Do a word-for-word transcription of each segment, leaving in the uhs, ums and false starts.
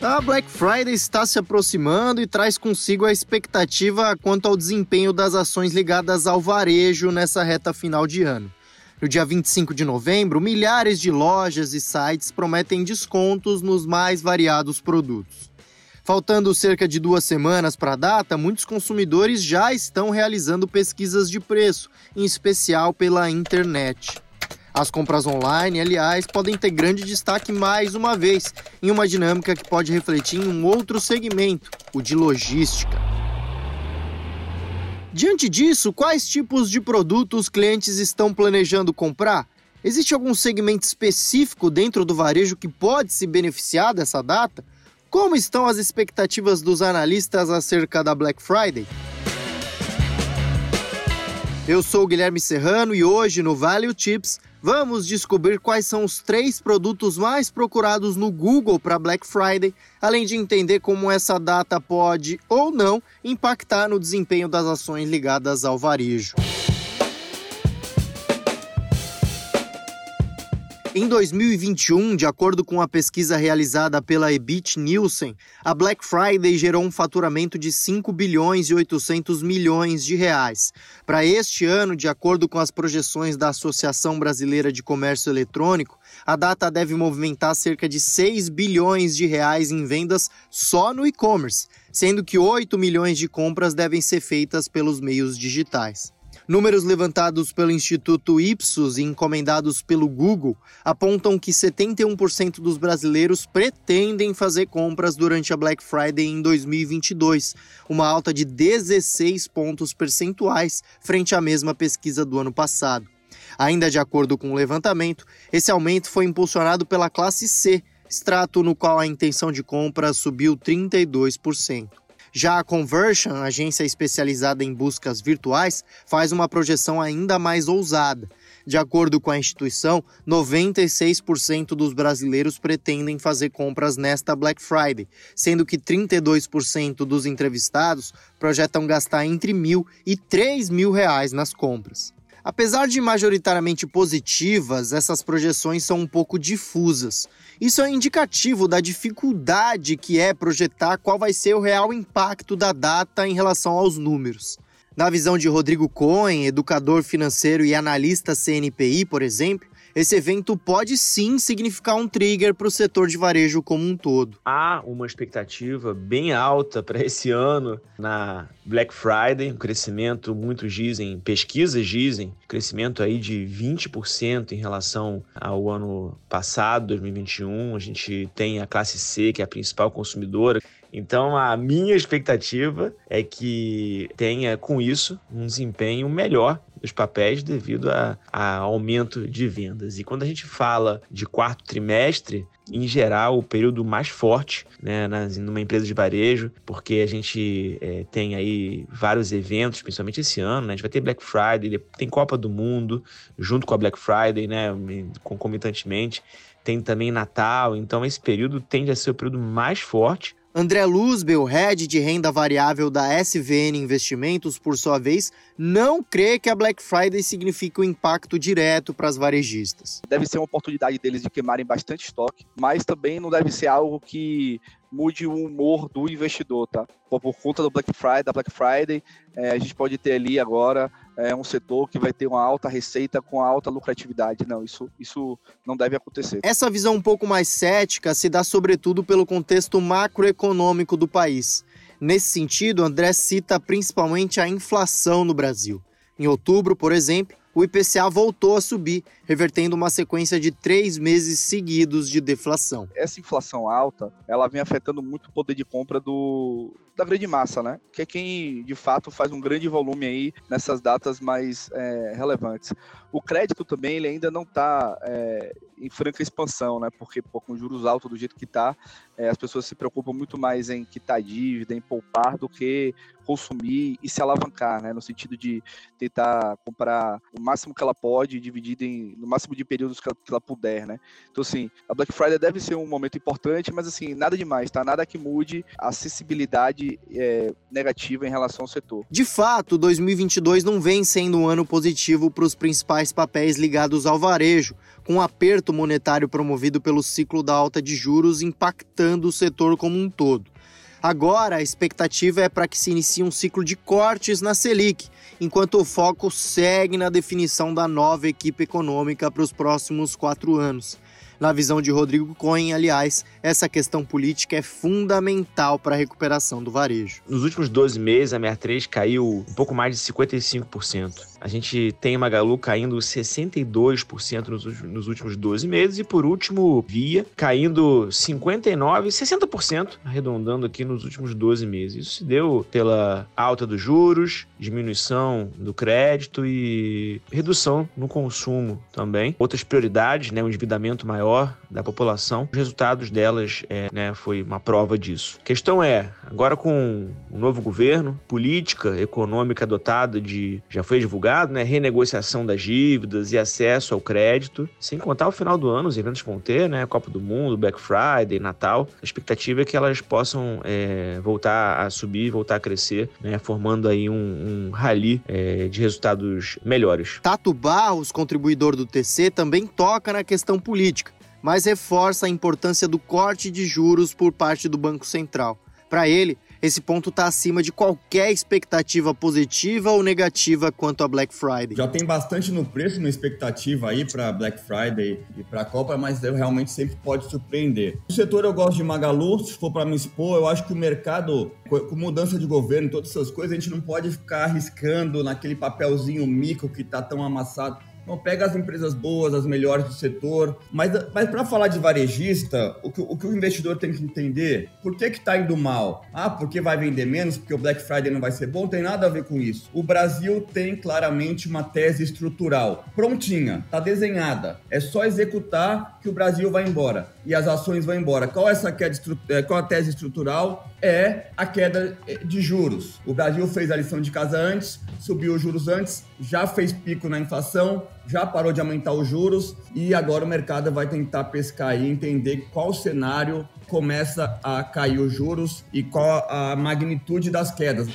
A Black Friday está se aproximando e traz consigo a expectativa quanto ao desempenho das ações ligadas ao varejo nessa reta final de ano. No dia vinte e cinco de novembro, milhares de lojas e sites prometem descontos nos mais variados produtos. Faltando cerca de duas semanas para a data, muitos consumidores já estão realizando pesquisas de preço, em especial pela internet. As compras online, aliás, podem ter grande destaque mais uma vez, em uma dinâmica que pode refletir em um outro segmento, o de logística. Diante disso, quais tipos de produtos os clientes estão planejando comprar? Existe algum segmento específico dentro do varejo que pode se beneficiar dessa data? Como estão as expectativas dos analistas acerca da Black Friday? Eu sou o Guilherme Serrano e hoje no Value Tips vamos descobrir quais são os três produtos mais procurados no Google para Black Friday, além de entender como essa data pode ou não impactar no desempenho das ações ligadas ao varejo. Em dois mil e vinte e um, de acordo com a pesquisa realizada pela Ebit Nielsen, a Black Friday gerou um faturamento de cinco bilhões e oitocentos milhões de reais. Para este ano, de acordo com as projeções da Associação Brasileira de Comércio Eletrônico, a data deve movimentar cerca de seis bilhões de reais em vendas só no e-commerce, sendo que oito milhões de compras devem ser feitas pelos meios digitais. Números levantados pelo Instituto Ipsos e encomendados pelo Google apontam que setenta e um por cento dos brasileiros pretendem fazer compras durante a Black Friday em dois mil e vinte e dois, uma alta de dezesseis pontos percentuais frente à mesma pesquisa do ano passado. Ainda de acordo com o levantamento, esse aumento foi impulsionado pela classe C, extrato no qual a intenção de compra subiu trinta e dois por cento. Já a Conversion, agência especializada em buscas virtuais, faz uma projeção ainda mais ousada. De acordo com a instituição, noventa e seis por cento dos brasileiros pretendem fazer compras nesta Black Friday, sendo que trinta e dois por cento dos entrevistados projetam gastar entre mil e três mil reais nas compras. Apesar de majoritariamente positivas, essas projeções são um pouco difusas. Isso é indicativo da dificuldade que é projetar qual vai ser o real impacto da data em relação aos números. Na visão de Rodrigo Cohen, educador financeiro e analista C N P I, por exemplo, esse evento pode sim significar um trigger para o setor de varejo como um todo. Há uma expectativa bem alta para esse ano na Black Friday, um crescimento, muitos dizem, pesquisas dizem, crescimento aí de vinte por cento em relação ao ano passado, dois mil e vinte e um. A gente tem a classe C, que é a principal consumidora. Então, a minha expectativa é que tenha, com isso, um desempenho melhor dos papéis devido a, a aumento de vendas. E quando a gente fala de quarto trimestre, em geral, o período mais forte, né, nas, numa empresa de varejo, porque a gente é, tem aí vários eventos, principalmente esse ano, né, a gente vai ter Black Friday, tem Copa do Mundo, junto com a Black Friday, né, concomitantemente, tem também Natal, então esse período tende a ser o período mais forte. André Luzbel, head de renda variável da S V N Investimentos, por sua vez, não crê que a Black Friday signifique um impacto direto para as varejistas. Deve ser uma oportunidade deles de queimarem bastante estoque, mas também não deve ser algo que mude o humor do investidor, tá? Por, por conta do Black Friday, da Black Friday, é, a gente pode ter ali agora é, um setor que vai ter uma alta receita com alta lucratividade. Não, isso, isso não deve acontecer. Essa visão um pouco mais cética se dá sobretudo pelo contexto macroeconômico do país. Nesse sentido, André cita principalmente a inflação no Brasil. Em outubro, por exemplo, o I P C A voltou a subir, revertendo uma sequência de três meses seguidos de deflação. Essa inflação alta, ela vem afetando muito o poder de compra do, da grande massa, né? Que é quem, de fato, faz um grande volume aí nessas datas mais é, relevantes. O crédito também, ele ainda não está é, em franca expansão, né? Porque pô, com juros altos do jeito que está, é, as pessoas se preocupam muito mais em quitar dívida, em poupar, do que consumir e se alavancar, né? No sentido de tentar comprar o máximo que ela pode, dividido em, no máximo de períodos que ela, que ela puder, né? Então, assim, a Black Friday deve ser um momento importante, mas, assim, nada demais, tá? Nada que mude a acessibilidade bastante é, negativa em relação ao setor. De fato, dois mil e vinte e dois não vem sendo um ano positivo para os principais papéis ligados ao varejo, com o aperto monetário promovido pelo ciclo da alta de juros impactando o setor como um todo. Agora, a expectativa é para que se inicie um ciclo de cortes na Selic, enquanto o foco segue na definição da nova equipe econômica para os próximos quatro anos. Na visão de Rodrigo Cohen, aliás, essa questão política é fundamental para a recuperação do varejo. Nos últimos doze meses, a M E três caiu um pouco mais de cinquenta e cinco por cento. A gente tem Magalu caindo sessenta e dois por cento nos últimos doze meses e, por último, Via caindo cinquenta e nove por cento, sessenta por cento, arredondando aqui nos últimos doze meses. Isso se deu pela alta dos juros, diminuição do crédito e redução no consumo também. Outras prioridades, né, um endividamento maior da população, os resultados delas é, né, foi uma prova disso. A questão é, agora com o novo governo, política econômica adotada de, já foi divulgada, né, renegociação das dívidas e acesso ao crédito, sem contar o final do ano, os eventos vão ter, né, Copa do Mundo, Black Friday, Natal. A expectativa é que elas possam é, voltar a subir, voltar a crescer, né, formando aí um, um rally é, de resultados melhores. Tato Barros, contribuidor do T C, também toca na questão política, mas reforça a importância do corte de juros por parte do Banco Central. Para ele, esse ponto está acima de qualquer expectativa positiva ou negativa quanto a Black Friday. Já tem bastante no preço, na expectativa aí para Black Friday e para a Copa, mas realmente sempre pode surpreender. No setor eu gosto de Magalu, se for para me expor, eu acho que o mercado, com mudança de governo, todas essas coisas, a gente não pode ficar arriscando naquele papelzinho mico que está tão amassado. Então pega as empresas boas, as melhores do setor, mas, mas para falar de varejista, o que, o que o investidor tem que entender, por que que tá indo mal? Ah, porque vai vender menos, porque o Black Friday não vai ser bom? Não tem nada a ver com isso. O Brasil tem claramente uma tese estrutural, prontinha, tá desenhada, é só executar que o Brasil vai embora e as ações vão embora. Qual é essa queda, qual a tese estrutural? É a queda de juros. O Brasil fez a lição de casa antes, subiu os juros antes, já fez pico na inflação, já parou de aumentar os juros e agora o mercado vai tentar pescar e entender qual cenário começa a cair os juros e qual a magnitude das quedas.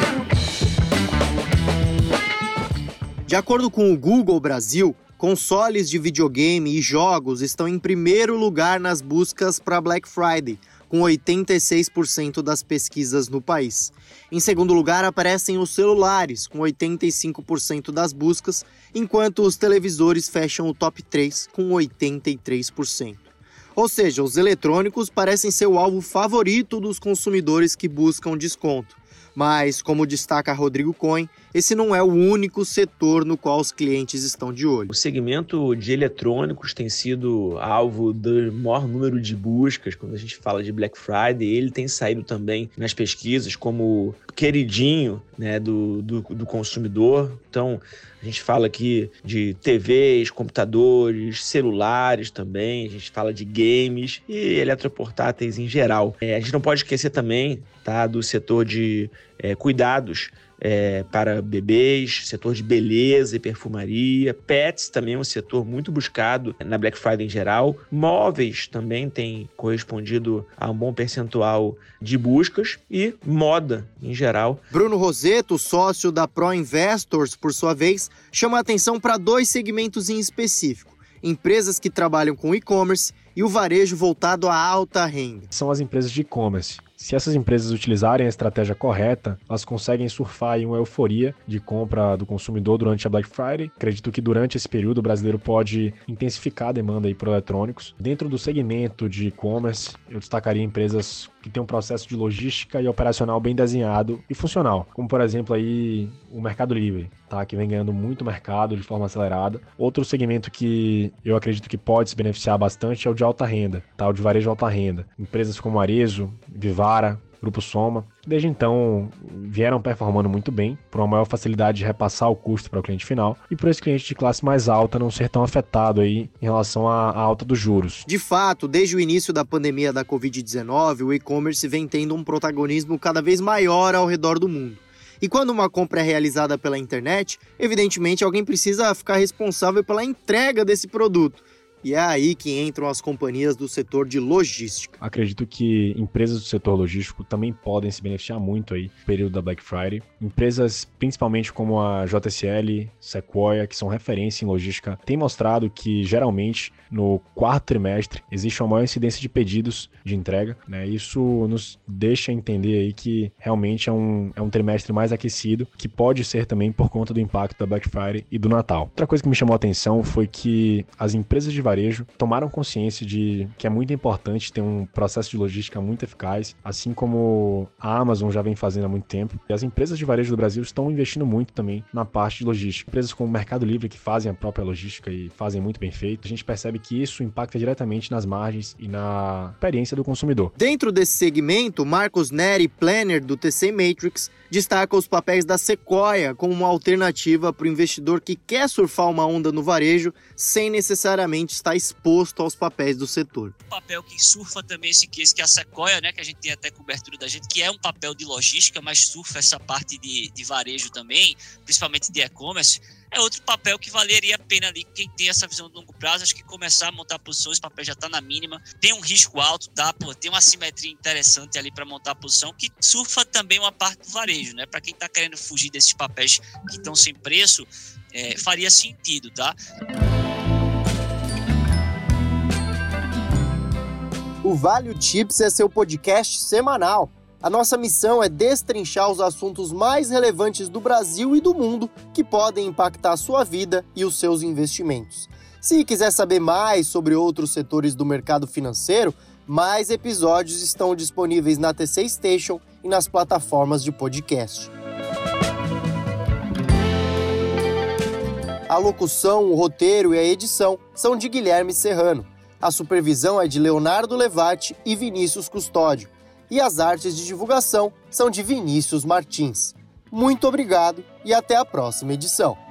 De acordo com o Google Brasil, consoles de videogame e jogos estão em primeiro lugar nas buscas para Black Friday, com oitenta e seis por cento das pesquisas no país. Em segundo lugar, aparecem os celulares, com oitenta e cinco por cento das buscas, enquanto os televisores fecham o top três, com oitenta e três por cento. Ou seja, os eletrônicos parecem ser o alvo favorito dos consumidores que buscam desconto. Mas, como destaca Rodrigo Cohen, esse não é o único setor no qual os clientes estão de olho. O segmento de eletrônicos tem sido alvo do maior número de buscas quando a gente fala de Black Friday. Ele tem saído também nas pesquisas como queridinho, né, do, do, do consumidor. Então, a gente fala aqui de T Vs, computadores, celulares também, a gente fala de games e eletroportáteis em geral. É, a gente não pode esquecer também, tá, do setor de é, cuidados é, para bebês, setor de beleza e perfumaria, pets também é um setor muito buscado na Black Friday em geral, móveis também tem correspondido a um bom percentual de buscas e moda em geral. Bruno Rosetto, sócio da Pro Investors, por sua vez, chama a atenção para dois segmentos em específico: empresas que trabalham com e-commerce e o varejo voltado à alta renda. São as empresas de e-commerce. Se essas empresas utilizarem a estratégia correta, elas conseguem surfar em uma euforia de compra do consumidor durante a Black Friday. Acredito que durante esse período o brasileiro pode intensificar a demanda aí por eletrônicos. Dentro do segmento de e-commerce, eu destacaria empresas que têm um processo de logística e operacional bem desenhado e funcional, como por exemplo aí o Mercado Livre, tá? Que vem ganhando muito mercado de forma acelerada. Outro segmento que eu acredito que pode se beneficiar bastante é o de alta renda, tá? O de varejo alta renda. Empresas como Arezzo, Vivara, Grupo Soma, desde então vieram performando muito bem, por uma maior facilidade de repassar o custo para o cliente final e por esse cliente de classe mais alta não ser tão afetado aí em relação à, à alta dos juros. De fato, desde o início da pandemia da covid dezenove, o e-commerce vem tendo um protagonismo cada vez maior ao redor do mundo. E quando uma compra é realizada pela internet, evidentemente alguém precisa ficar responsável pela entrega desse produto. E é aí que entram as companhias do setor de logística. Acredito que empresas do setor logístico também podem se beneficiar muito aí no período da Black Friday. Empresas principalmente como a J S L, Sequoia, que são referência em logística, têm mostrado que geralmente no quarto trimestre existe uma maior incidência de pedidos de entrega, né? Isso nos deixa entender aí que realmente é um, é um trimestre mais aquecido, que pode ser também por conta do impacto da Black Friday e do Natal. Outra coisa que me chamou a atenção foi que as empresas de varejo tomaram consciência de que é muito importante ter um processo de logística muito eficaz, assim como a Amazon já vem fazendo há muito tempo. E as empresas de varejo do Brasil estão investindo muito também na parte de logística. Empresas como o Mercado Livre, que fazem a própria logística e fazem muito bem feito, a gente percebe que isso impacta diretamente nas margens e na experiência do consumidor. Dentro desse segmento, Marcos Neri, planner do T C Matrix, destaca os papéis da Sequoia como uma alternativa para o investidor que quer surfar uma onda no varejo sem necessariamente estar exposto aos papéis do setor. O papel que surfa também esse case, que é a Sequoia, né, que a gente tem até cobertura da gente, que é um papel de logística, mas surfa essa parte de, de varejo também, principalmente de e-commerce, é outro papel que valeria a pena ali, quem tem essa visão de longo prazo, acho que começar a montar posições, o papel já está na mínima, tem um risco alto, tá? Pô, tem uma simetria interessante ali para montar a posição, que surfa também uma parte do varejo, né? Para quem está querendo fugir desses papéis que estão sem preço, é, faria sentido, tá? O Value Tips é seu podcast semanal. A nossa missão é destrinchar os assuntos mais relevantes do Brasil e do mundo que podem impactar a sua vida e os seus investimentos. Se quiser saber mais sobre outros setores do mercado financeiro, mais episódios estão disponíveis na T C Station e nas plataformas de podcast. A locução, o roteiro e a edição são de Guilherme Serrano. A supervisão é de Leonardo Levati e Vinícius Custódio. E as artes de divulgação são de Vinícius Martins. Muito obrigado e até a próxima edição.